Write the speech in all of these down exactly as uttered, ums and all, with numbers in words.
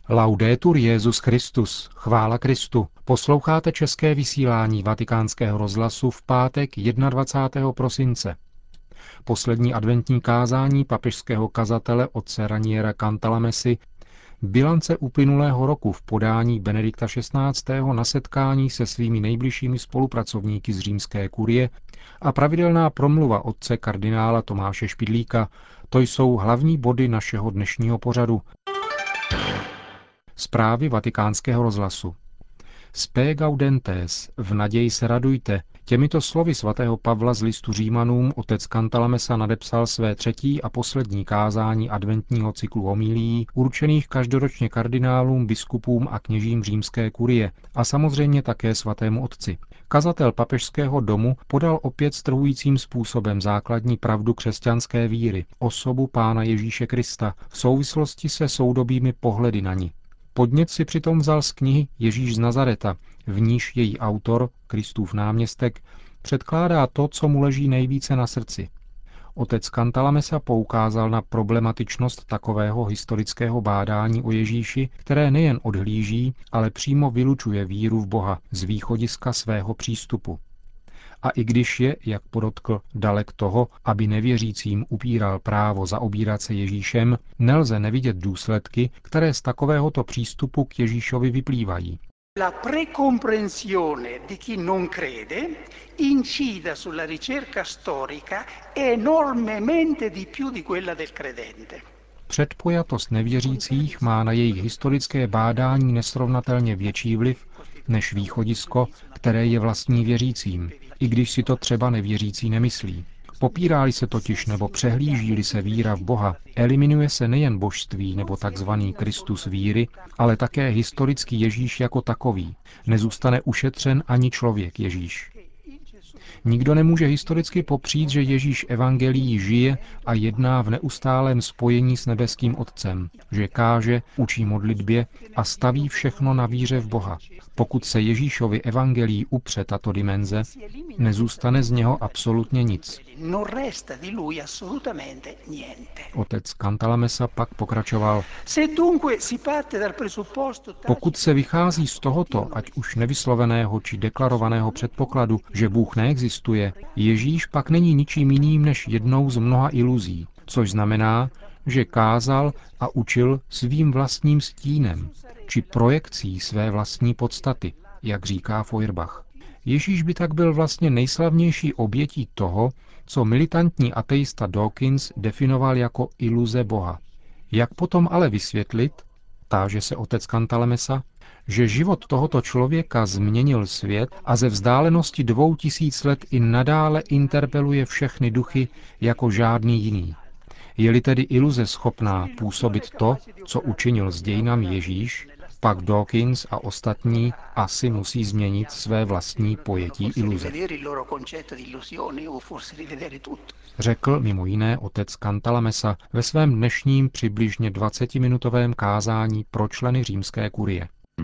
Laudetur Jesus Christus, chvála Kristu. Posloucháte české vysílání Vatikánského rozhlasu v pátek dvacátého prvního prosince. Poslední adventní kázání papežského kazatele otce Raniera Cantalamessy, bilance uplynulého roku v podání Benedikta šestnáctého na setkání se svými nejbližšími spolupracovníky z římské kurie a pravidelná promluva otce kardinála Tomáše Špidlíka, to jsou hlavní body našeho dnešního pořadu. Zprávy Vatikánského rozhlasu. Spe gaudentes, v naději se radujte. Těmito slovy svatého Pavla z listu Římanům otec Cantalamessa nadepsal své třetí a poslední kázání adventního cyklu homilií, určených každoročně kardinálům, biskupům a kněžím římské kurie a samozřejmě také svatému otci. Kazatel papežského domu podal opět strhujícím způsobem základní pravdu křesťanské víry, osobu Pána Ježíše Krista, v souvislosti se soudobými pohledy na ni. Podnět si přitom vzal z knihy Ježíš z Nazareta, v níž její autor, Kristův náměstek, předkládá to, co mu leží nejvíce na srdci. Otec Cantalamessa poukázal na problematičnost takového historického bádání o Ježíši, které nejen odhlíží, ale přímo vylučuje víru v Boha z východiska svého přístupu. A i když je, jak podotkl, dalek toho, aby nevěřícím upíral právo zaobírat se Ježíšem, nelze nevidět důsledky, které z takovéhoto přístupu k Ježíšovi vyplývají. La precomprensione di chi non crede incide sulla ricerca storica enormemente di più di quella del credente. Předpojatost nevěřících má na jejich historické bádání nesrovnatelně větší vliv než východisko, které je vlastní věřícím, i když si to třeba nevěřící nemyslí. Popírá-li se totiž nebo přehlíží-li se víra v Boha, eliminuje se nejen božství nebo takzvaný Kristus víry, ale také historický Ježíš jako takový. Nezůstane ušetřen ani člověk Ježíš. Nikdo nemůže historicky popřít, že Ježíš evangelií žije a jedná v neustálém spojení s nebeským Otcem, že káže, učí modlitbě a staví všechno na víře v Boha. Pokud se Ježíšovi evangelií upře tato dimenze, nezůstane z něho absolutně nic. Otec Cantalamessa pak pokračoval. Pokud se vychází z tohoto, ať už nevysloveného či deklarovaného předpokladu, že Bůh neexistuje, Ježíš pak není ničím jiným než jednou z mnoha iluzí, což znamená, že kázal a učil svým vlastním stínem, či projekcí své vlastní podstaty, jak říká Feuerbach. Ježíš by tak byl vlastně nejslavnější obětí toho, co militantní ateista Dawkins definoval jako iluze Boha. Jak potom ale vysvětlit, táže se otec Cantalamessa, že život tohoto člověka změnil svět a ze vzdálenosti dvou tisíc let i nadále interpeluje všechny duchy jako žádný jiný. Je-li tedy iluze schopná působit to, co učinil s dějinami Ježíš, pak Dawkins a ostatní asi musí změnit své vlastní pojetí iluze. Řekl mimo jiné otec Cantalamessa ve svém dnešním přibližně dvacetiminutovém kázání pro členy římské kurie.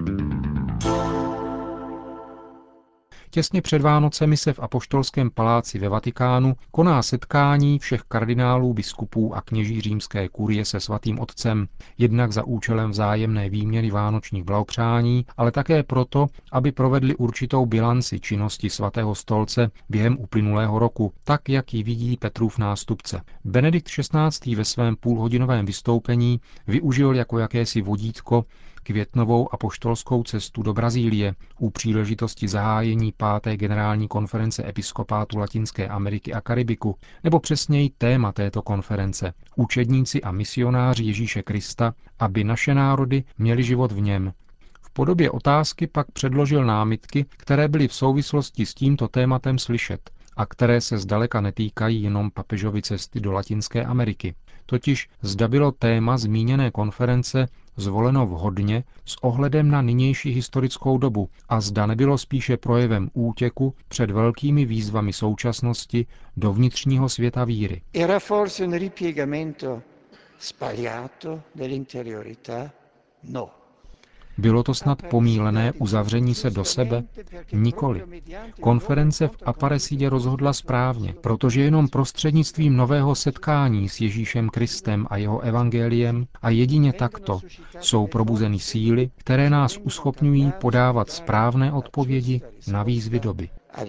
Těsně před Vánocemi se v Apoštolském paláci ve Vatikánu koná setkání všech kardinálů, biskupů a kněží římské kurie se svatým otcem, jednak za účelem vzájemné výměny vánočních blahopřání, ale také proto, aby provedli určitou bilanci činnosti svatého stolce během uplynulého roku, tak, jak ji vidí Petrův nástupce. Benedikt šestnáctý ve svém půlhodinovém vystoupení využil jako jakési vodítko květnovou apoštolskou cestu do Brazílie u příležitosti zahájení páté generální konference episkopátu Latinské Ameriky a Karibiku, nebo přesněji téma této konference, učedníci a misionáři Ježíše Krista, aby naše národy měli život v něm. V podobě otázky pak předložil námitky, které byly v souvislosti s tímto tématem slyšet a které se zdaleka netýkají jenom papežovy cesty do Latinské Ameriky. Totiž zda bylo téma zmíněné konference zvoleno vhodně s ohledem na nynější historickou dobu a zda nebylo spíše projevem útěku před velkými výzvami současnosti do vnitřního světa víry. Era forse un ripiegamento sbagliato dell'interiorità? No. Bylo to snad pomílené uzavření se do sebe? Nikoli. Konference v Aparesidě rozhodla správně, protože jenom prostřednictvím nového setkání s Ježíšem Kristem a jeho evangeliem a jedině takto jsou probuzeny síly, které nás uschopňují podávat správné odpovědi na výzvy doby.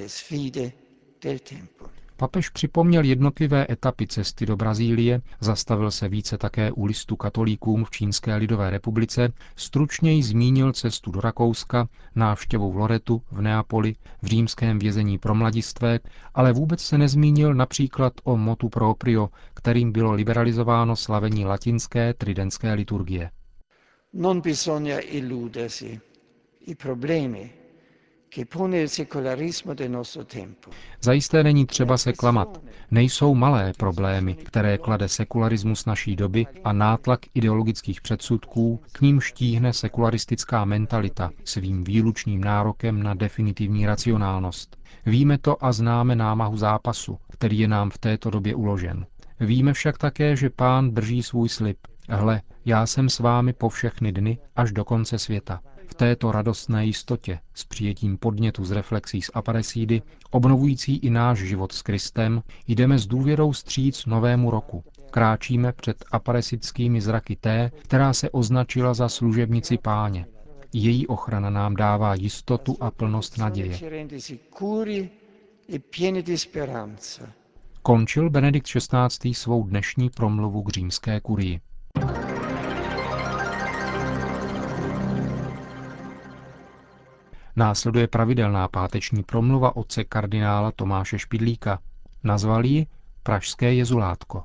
Papež připomněl jednotlivé etapy cesty do Brazílie, zastavil se více také u listu katolíkům v Čínské lidové republice, stručněji zmínil cestu do Rakouska, návštěvu v Loretu, v Neapoli, v římském vězení pro mladistvé, ale vůbec se nezmínil například o motu proprio, kterým bylo liberalizováno slavení latinské tridentské liturgie. Non bisogna illudersi. I problemi Zajisté není třeba se klamat. Nejsou malé problémy, které klade sekularismus naší doby a nátlak ideologických předsudků, k ním štíhne sekularistická mentalita svým výlučným nárokem na definitivní racionálnost. Víme to a známe námahu zápasu, který je nám v této době uložen. Víme však také, že Pán drží svůj slib. Hle, já jsem s vámi po všechny dny až do konce světa. V této radostné jistotě, s přijetím podnětu z reflexí z Aparesídy, obnovující i náš život s Kristem, jdeme s důvěrou vstříc novému roku. Kráčíme před aparesickými zraky té, která se označila za služebnici Páně. Její ochrana nám dává jistotu a plnost naděje. Končil Benedikt šestnáctý svou dnešní promluvu k římské kurii. Následuje pravidelná páteční promluva otce kardinála Tomáše Špidlíka. Nazval ji Pražské jezulátko.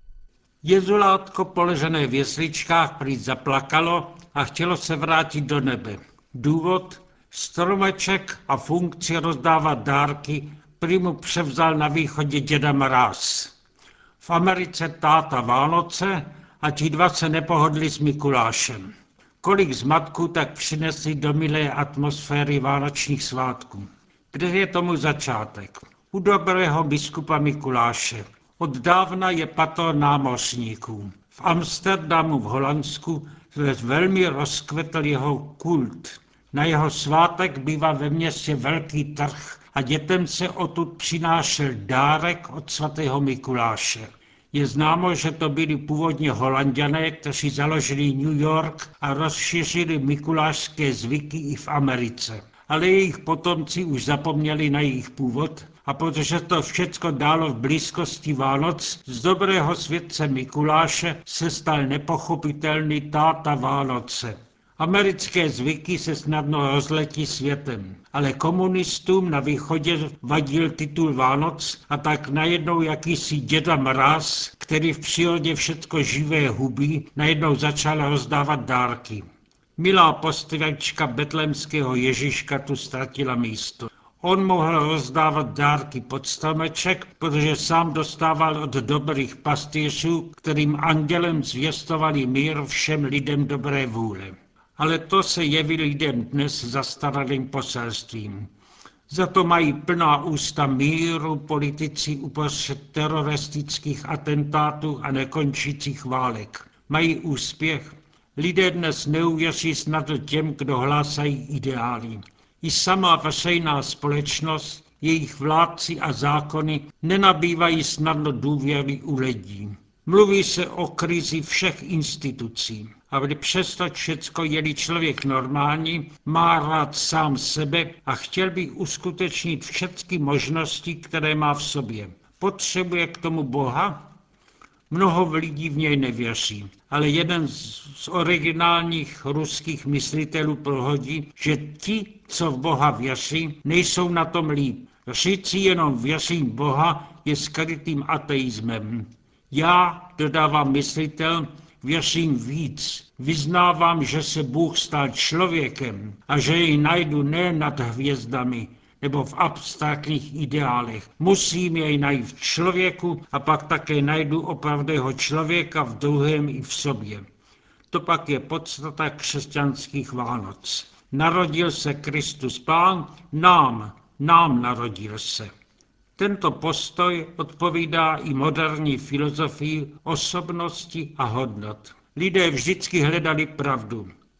Jezulátko poležené v jesličkách prý zaplakalo a chtělo se vrátit do nebe. Důvod? Stromeček a funkci rozdávat dárky prý mu převzal na východě děda Mráz. V Americe táta Vánoce a ti dva se nepohodli s Mikulášem. Kolik zmatků tak přinesli do milé atmosféry vánočních svátků. Kde je tomu začátek? U dobrého biskupa Mikuláše. Od dávna je patron námořníků. V Amsterdamu v Holandsku velmi rozkvetl jeho kult. Na jeho svátek bývá ve městě velký trh a dětem se odtud přinášel dárek od svatého Mikuláše. Je známo, že to byli původně Holanďané, kteří založili New York a rozšířili mikulášské zvyky i v Americe. Ale jejich potomci už zapomněli na jejich původ a protože to všecko dálo v blízkosti Vánoc, z dobrého světce Mikuláše se stal nepochopitelný táta Vánoce. Americké zvyky se snadno rozletí světem, ale komunistům na východě vadil titul Vánoc a tak najednou jakýsi děda Mráz, který v přírodě všecko živé hubí, najednou začal rozdávat dárky. Milá postrojčka betlémského Ježíška tu ztratila místo. On mohl rozdávat dárky pod stromeček, protože sám dostával od dobrých pastýřů, kterým andělem zvěstovali mír všem lidem dobré vůle. Ale to se jeví lidem dnes zastaralým poselstvím. Za to mají plná ústa míru politici uprostřed teroristických atentátů a nekončících válek. Mají úspěch. Lidé dnes neuvěří snad těm, kdo hlásají ideály. I sama veřejná společnost, jejich vládci a zákony nenabývají snadno důvěry u lidí. Mluví se o krizi všech institucí. Ale přesto všecko, je-li člověk normální, má rád sám sebe a chtěl by uskutečnit všechny možnosti, které má v sobě. Potřebuje k tomu Boha? Mnoho lidí v něj nevěří, ale jeden z originálních ruských myslitelů prohodí, že ti, co v Boha věří, nejsou na tom líp. Říci jenom věřím Boha je skrytým ateismem. Já, dodává myslitel, věřím víc. Vyznávám, že se Bůh stal člověkem a že jej najdu ne nad hvězdami nebo v abstraktních ideálech. Musím jej najít v člověku a pak také najdu opravdého člověka v druhém i v sobě. To pak je podstata křesťanských Vánoc. Narodil se Kristus Pán, nám, nám narodil se. Tento postoj odpovídá i moderní filozofii osobnosti a hodnot. Lidé vždycky hledali pravdu.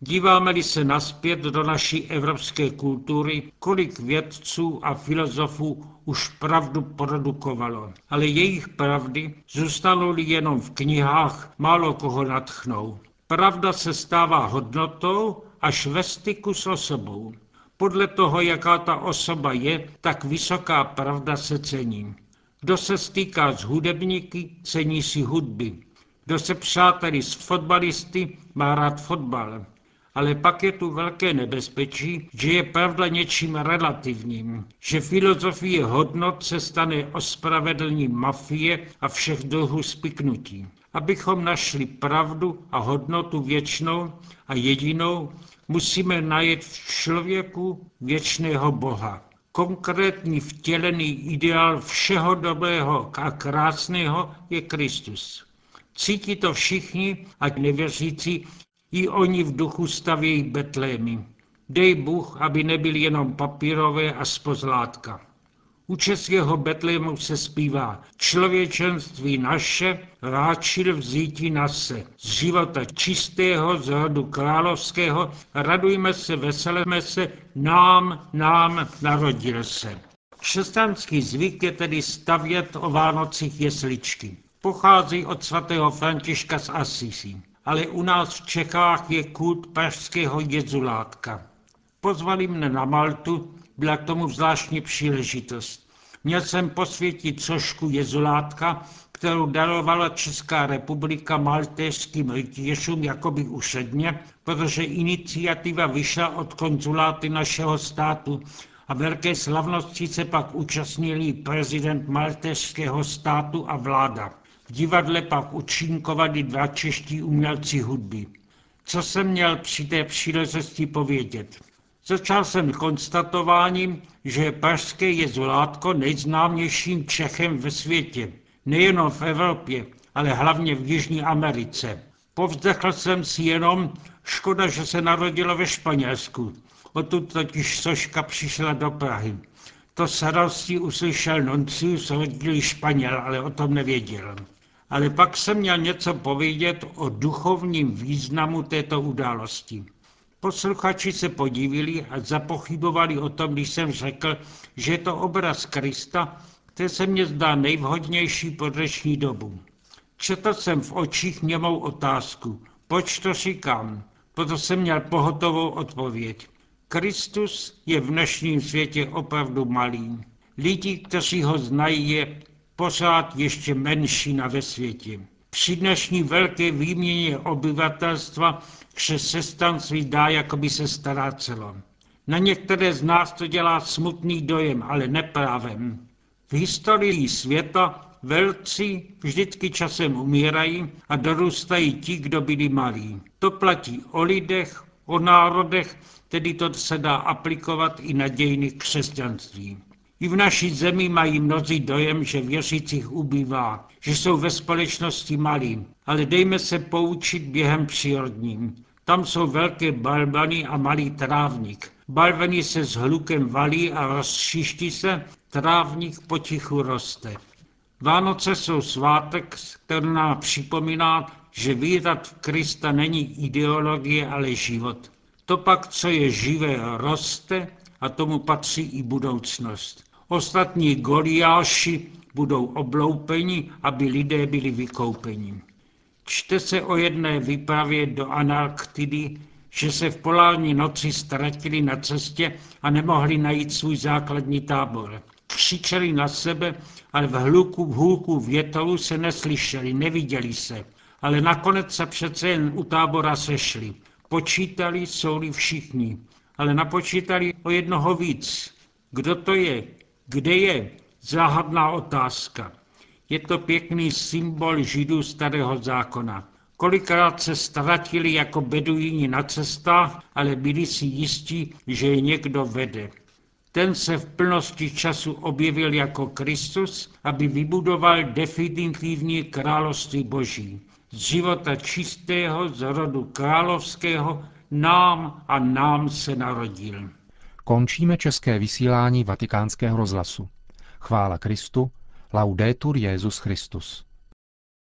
Díváme-li se naspět do naší evropské kultury, kolik vědců a filozofů už pravdu produkovalo, ale jejich pravdy zůstanou-li jenom v knihách, málo koho nadchnou. Pravda se stává hodnotou až ve styku s osobou. Podle toho, jaká ta osoba je, tak vysoká pravda se cení. Kdo se stýká s hudebníky, cení si hudby. Kdo se přátelí s fotbalisty, má rád fotbal. Ale pak je tu velké nebezpečí, že je pravda něčím relativním, že filozofie hodnot se stane ospravedlním mafie a všech druhů spiknutí. Abychom našli pravdu a hodnotu věčnou a jedinou, musíme najít v člověku věčného Boha. Konkrétní vtělený ideál všeho dobrého a krásného je Kristus. Cítí to všichni, ať nevěřící, i oni v duchu stavějí betlémy. Dej Bůh, aby nebyly jenom papírové a z pozlátka. U českého betlému se zpívá: člověčenství naše ráčil vzítí na se. Z života čistého, z rodu královského, radujme se, veseleme se, nám, nám narodil se. Křesťanský zvyk je tedy stavět o Vánocích jesličky. Pochází od svatého Františka z Assisi. Ale u nás v Čechách je kult pražského jezulátka. Pozvali mne na Maltu, byla k tomu zvláštní příležitost. Měl jsem posvětit sošku jezulátka, kterou darovala Česká republika maltéřským rytířům jakoby ušedně, protože iniciativa vyšla od konzuláty našeho státu a velké slavnosti se pak účastnili prezident maltéřského státu a vláda. V divadle pak účinkovali dva čeští umělci hudby. Co jsem měl při té příležitosti povědět? Začal jsem konstatováním, že je pražské jezulátko nejznámějším Čechem ve světě. Nejenom v Evropě, ale hlavně v Jižní Americe. Povzdechl jsem si jenom, škoda, že se narodilo ve Španělsku. Odtud totiž soška přišla do Prahy. To s radostí uslyšel nuncius, rodilý Španěl, ale o tom nevěděl. Ale pak jsem měl něco povědět o duchovním významu této události. Posluchači se podivili a zapochybovali o tom, když jsem řekl, že je to obraz Krista, který se mně zdá nejvhodnější pro dnešní dobu. Četl jsem v očích němou otázku. Proč to říkám? Proto jsem měl pohotovou odpověď. Kristus je v dnešním světě opravdu malý. Lidi, kteří ho znají, je pořád ještě menšina ve světě. Při dnešní velké výměně obyvatelstva křesťanství dá, jako by se ztrácelo. Na některé z nás to dělá smutný dojem, ale neprávem. V historii světa velcí vždycky časem umírají a dorůstají ti, kdo byli malí. To platí o lidech, o národech, tedy to se dá aplikovat i na dějiny křesťanství. I v naší zemi mají mnozí dojem, že věřících ubývá, že jsou ve společnosti malí, ale dejme se poučit během přírodním. Tam jsou velké balvany a malý trávník. Balvany se s hlukem valí a rozšiští se, trávník potichu roste. Vánoce jsou svátek, který nám připomíná, že vírat v Krista není ideologie, ale život. To pak, co je živé, roste a tomu patří i budoucnost. Ostatní Goliáši budou obloupeni, aby lidé byli vykoupeni. Čte se o jedné výpravě do Antarktidy, že se v polární noci ztratili na cestě a nemohli najít svůj základní tábor. Křičeli na sebe, ale v hluku, v hůlku větru se neslyšeli, neviděli se. Ale nakonec se přece jen u tábora sešli. Počítali, jsou-li všichni, ale napočítali o jednoho víc. Kdo to je? Kde je? Záhadná otázka. Je to pěkný symbol Židů starého zákona. Kolikrát se ztratili jako beduíni na cestách, ale byli si jistí, že je někdo vede. Ten se v plnosti času objevil jako Kristus, aby vybudoval definitivní království Boží. Z života čistého, z rodu královského, nám a nám se narodil. Končíme české vysílání Vatikánského rozhlasu. Chvála Kristu, laudetur Jesus Christus.